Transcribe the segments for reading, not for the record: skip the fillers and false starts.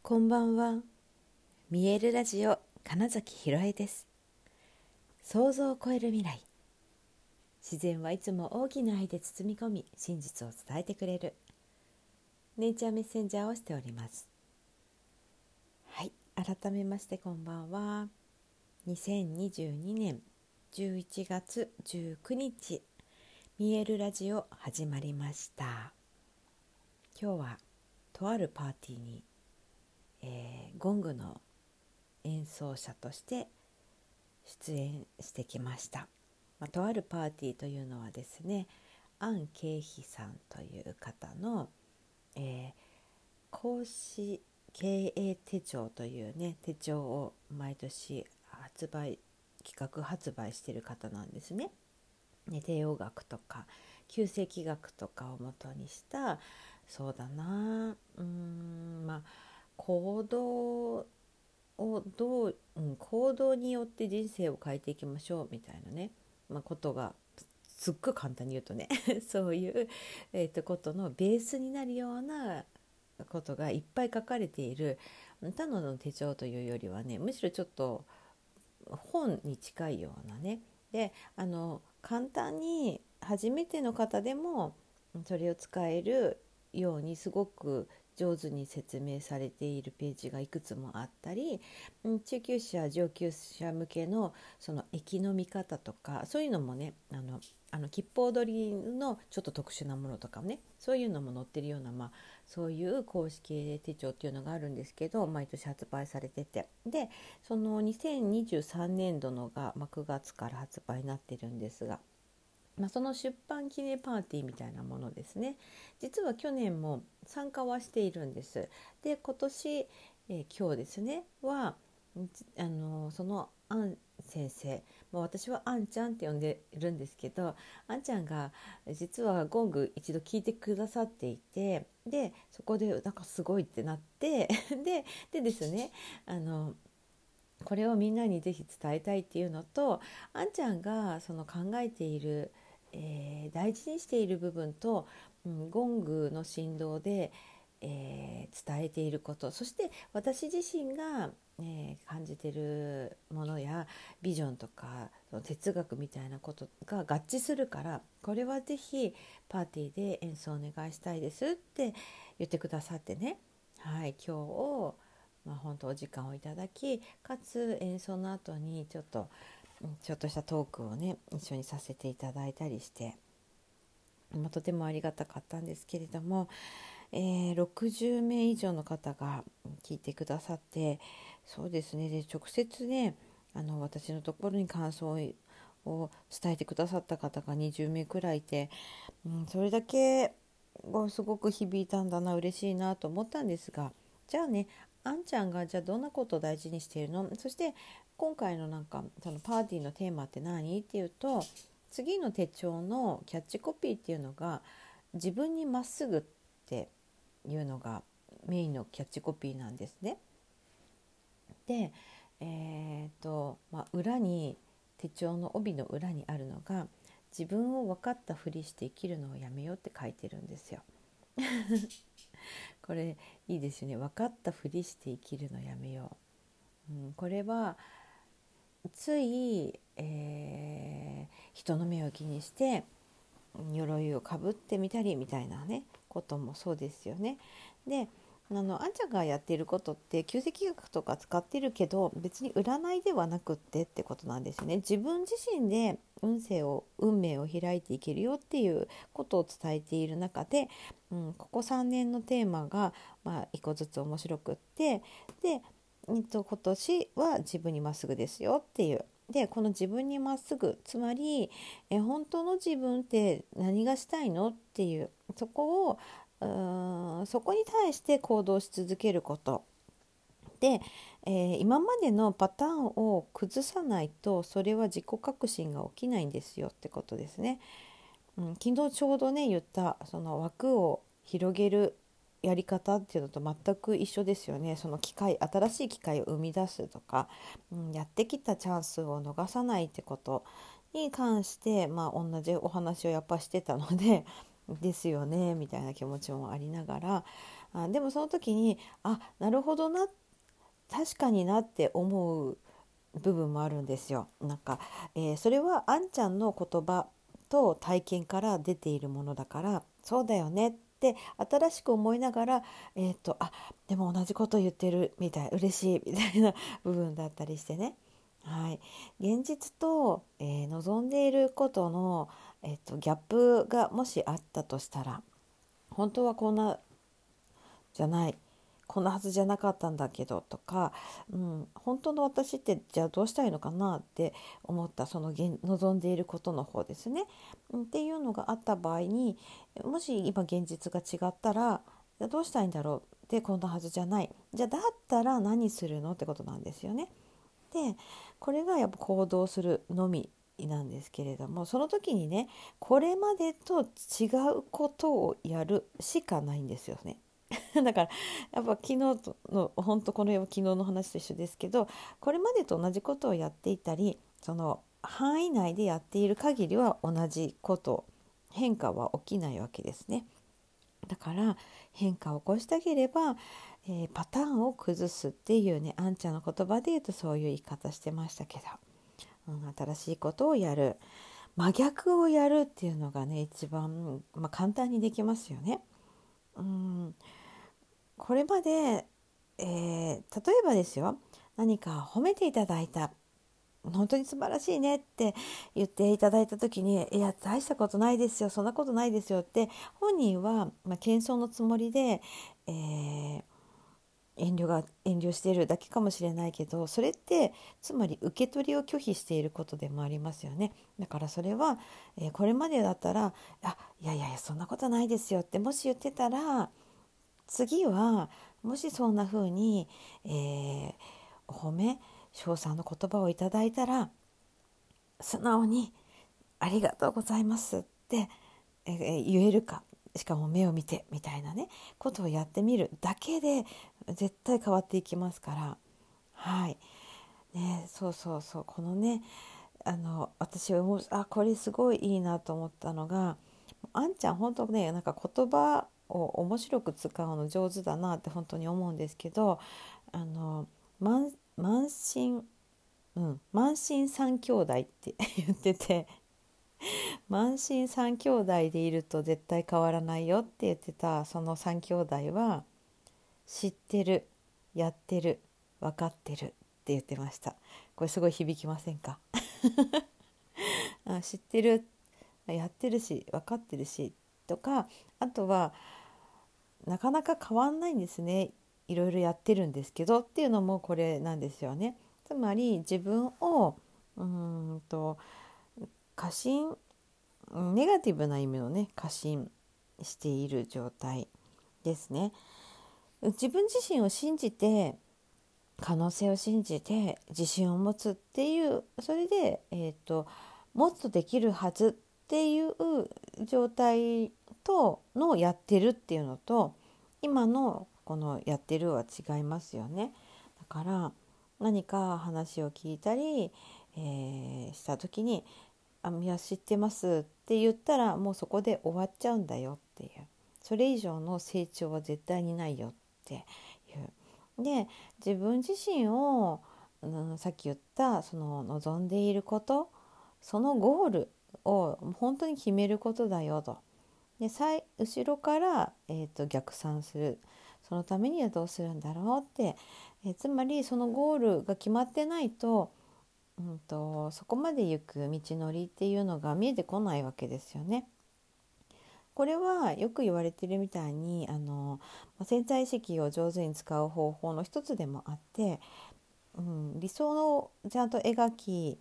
こんばんは。見えるラジオ金崎ひろえです。想像を超える未来。自然はいつも大きな愛で包み込み、真実を伝えてくれるネイチャーメッセンジャーをしております。はい、改めましてこんばんは。2022年11月19日、見えるラジオ始まりました。今日はとあるパーティーに、ゴングの演奏者として出演してきました。とあるパーティーというのはですね、安慶妃さんという方の、講師経営手帳というね手帳を毎年企画発売している方なんですね。帝王学とか旧世紀学とかをもとにした、そうだな、行動行動によって人生を変えていきましょうみたいなね、ことがすっごい簡単に言うとねそういう、ことのベースになるようなことがいっぱい書かれているただの手帳というよりはね、むしろちょっと本に近いようなね。で、簡単に初めての方でもそれを使えるようにすごく上手に説明されているページがいくつもあったり、中級者上級者向けのその駅の見方とか、そういうのもね、吉報取りのちょっと特殊なものとかね、そういうのも載ってるような、そういう公式手帳っていうのがあるんですけど、毎年発売されてて、でその2023年度のが、9月から発売になってるんですが、その出版記念パーティーみたいなものですね。実は去年も参加はしているんです。で、今年、今日ですねはそのアン先生、私はアンちゃんって呼んでるんですけど、アンちゃんが実はゴング一度聞いてくださっていて、でそこでなんかすごいってなってでですね、これをみんなにぜひ伝えたいっていうのと、あんちゃんがその考えている、大事にしている部分と、ゴングの振動で、伝えていること、そして私自身が、感じているものやビジョンとか哲学みたいなことが合致するから、これはぜひパーティーで演奏お願いしたいですって言ってくださってね。はい、今日本当お時間をいただき、かつ演奏の後にちょっとしたトークをね一緒にさせていただいたりして、とてもありがたかったんですけれども、60名以上の方が聞いてくださって、そうですね、で直接ね私のところに感想を伝えてくださった方が20名くらいいて、それだけすごく響いたんだな、嬉しいなと思ったんですが、じゃあね、あんちゃんがじゃあどんなことを大事にしているの、そして今回のそのパーティーのテーマって何っていうと、次の手帳のキャッチコピーっていうのが自分にまっすぐっていうのがメインのキャッチコピーなんですね。で、裏に、手帳の帯の裏にあるのが、自分を分かったふりして生きるのをやめようって書いてるんですよ。これいいですよね。分かったふりして生きるのやめよう、これはつい、人の目を気にして鎧をかぶってみたりみたいなねこともそうですよね。で、あんちゃんがやっていることって旧世紀学とか使ってるけど、別に占いではなくってってことなんですよね。自分自身で運命を開いていけるよっていうことを伝えている中で、ここ3年のテーマが、一個ずつ面白くって、で、今年は自分にまっすぐですよっていう。で、この自分にまっすぐ、つまり本当の自分って何がしたいのっていう、そこに対して行動し続けることで、今までのパターンを崩さないと、それは自己革新が起きないんですよってことですね。昨日ちょうどね言ったその枠を広げるやり方っていうのと全く一緒ですよね。その新しい機会を生み出すとか、やってきたチャンスを逃さないってことに関して、同じお話をやっぱしてたのでですよねみたいな気持ちもありながら、 でもその時になるほどな、確かになって思う部分もあるんですよ。なんか、それはあんちゃんの言葉と体験から出ているものだから、そうだよねって新しく思いながら、でも同じこと言ってるみたい、嬉しいみたいな部分だったりしてね。はい、現実と、望んでいることの、ギャップがもしあったとしたら、本当はこんなじゃない、こんなはずじゃなかったんだけどとか、本当の私ってじゃあどうしたらいいのかなって思った、その望んでいることの方ですね、っていうのがあった場合に、もし今現実が違ったらどうしたらいいんだろう、でこんなはずじゃない、じゃあだったら何するのってことなんですよね。でこれがやっぱ行動するのみなんですけれども、その時にね、これまでと違うことをやるしかないんですよね。だからやっぱ昨日の本当この昨日の話と一緒ですけど、これまでと同じことをやっていたり、その範囲内でやっている限りは同じこと、変化は起きないわけですね。だから変化を起こしたければ、パターンを崩すっていうね、あんちゃんの言葉で言うとそういう言い方してましたけど、新しいことをやる、真逆をやるっていうのがね一番、簡単にできますよね。これまで、例えばですよ、何か褒めていただいた、本当に素晴らしいねって言っていただいた時に、いや大したことないですよ、そんなことないですよって本人は、謙遜のつもりで、遠慮しているだけかもしれないけど、それってつまり受け取りを拒否していることでもありますよね。だからそれは、これまでだったらいやいやいやそんなことないですよってもし言ってたら、次はもしそんな風に、お褒め称賛の言葉をいただいたら、素直にありがとうございますって、言えるか、しかも目を見てみたいなねことをやってみるだけで絶対変わっていきますから。はいね、そうそうそう、このね、私はこれすごいいいなと思ったのが、あんちゃん本当ね、なんか言葉を面白く使うの上手だなって本当に思うんですけど、満身、満身三兄弟って言ってて、満身三兄弟でいると絶対変わらないよって言ってたその三兄弟は、知ってる、やってる、分かってるって言ってました。これすごい響きませんか？知ってる、やってるし分かってるしとか、あとはなかなか変わんないんですね、いろいろやってるんですけどっていうのもこれなんですよね。つまり自分を過信、ネガティブな意味のね過信している状態ですね。自分自身を信じて、可能性を信じて自信を持つっていう、それで、もっとできるはずっていう状態とのやってるっていうのと、今のこのやってるは違いますよね。だから何か話を聞いたり、した時にいや知ってますって言ったらもうそこで終わっちゃうんだよっていう、それ以上の成長は絶対にないよっていう。で自分自身を、さっき言ったその望んでいること、そのゴールを本当に決めることだよと。で後ろから、逆算する、そのためにはどうするんだろうって、つまりそのゴールが決まってないと、そこまで行く道のりっていうのが見えてこないわけですよね。これはよく言われてるみたいに潜在意識を上手に使う方法の一つでもあって、理想をちゃんと描き、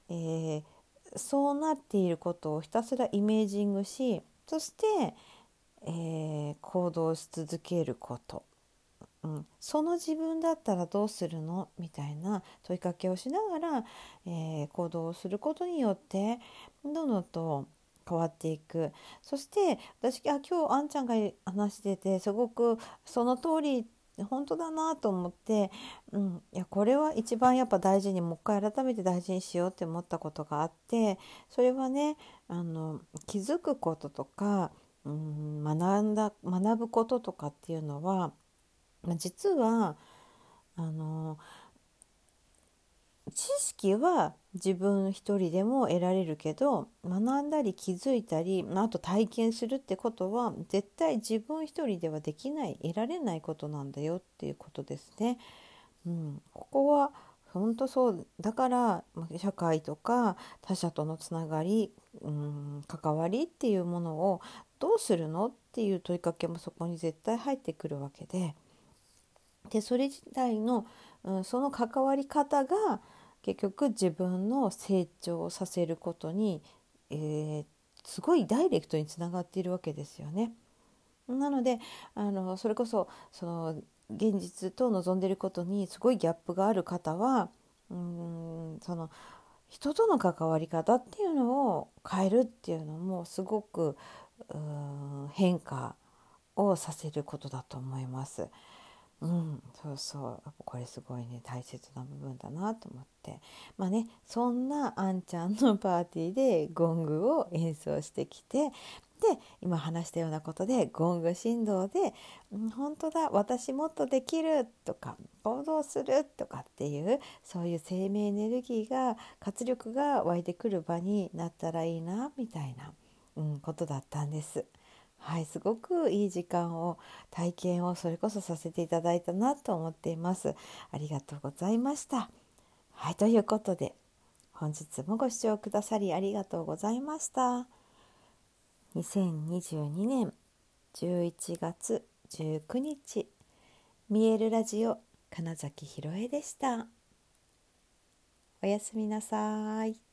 そうなっていることをひたすらイメージングし、そして、行動し続けること、その自分だったらどうするのみたいな問いかけをしながら、行動をすることによってどんどんと変わっていく。そして私今日あんちゃんが話しててすごくその通り本当だなと思って、いやこれは一番やっぱ大事に、もう一回改めて大事にしようって思ったことがあって、それはね気づくこととか、 学ぶこととかっていうのは、実は知識は自分一人でも得られるけど、学んだり気づいたり、あと体験するってことは絶対自分一人ではできない、得られないことなんだよっていうことですね。ここは本当そうだから、社会とか他者とのつながり、関わりっていうものをどうするのっていう問いかけもそこに絶対入ってくるわけで、それ自体の、その関わり方が結局自分の成長をさせることに、すごいダイレクトにつながっているわけですよね。なのでそれこそその現実と望んでいることにすごいギャップがある方は、その人との関わり方っていうのを変えるっていうのもすごく変化をさせることだと思います。そうそう、これすごいね大切な部分だなと思って、そんなあんちゃんのパーティーでゴングを演奏してきて、で今話したようなことでゴング振動で、本当だ私もっとできるとか行動するとかっていうそういう生命エネルギーが活力が湧いてくる場になったらいいなみたいな、ことだったんです。はい、すごくいい時間を体験をそれこそさせていただいたなと思っています。ありがとうございました。はい、ということで本日もご視聴くださりありがとうございました。2022年11月19日見えるラジオ金崎ひろえでした。おやすみなさい。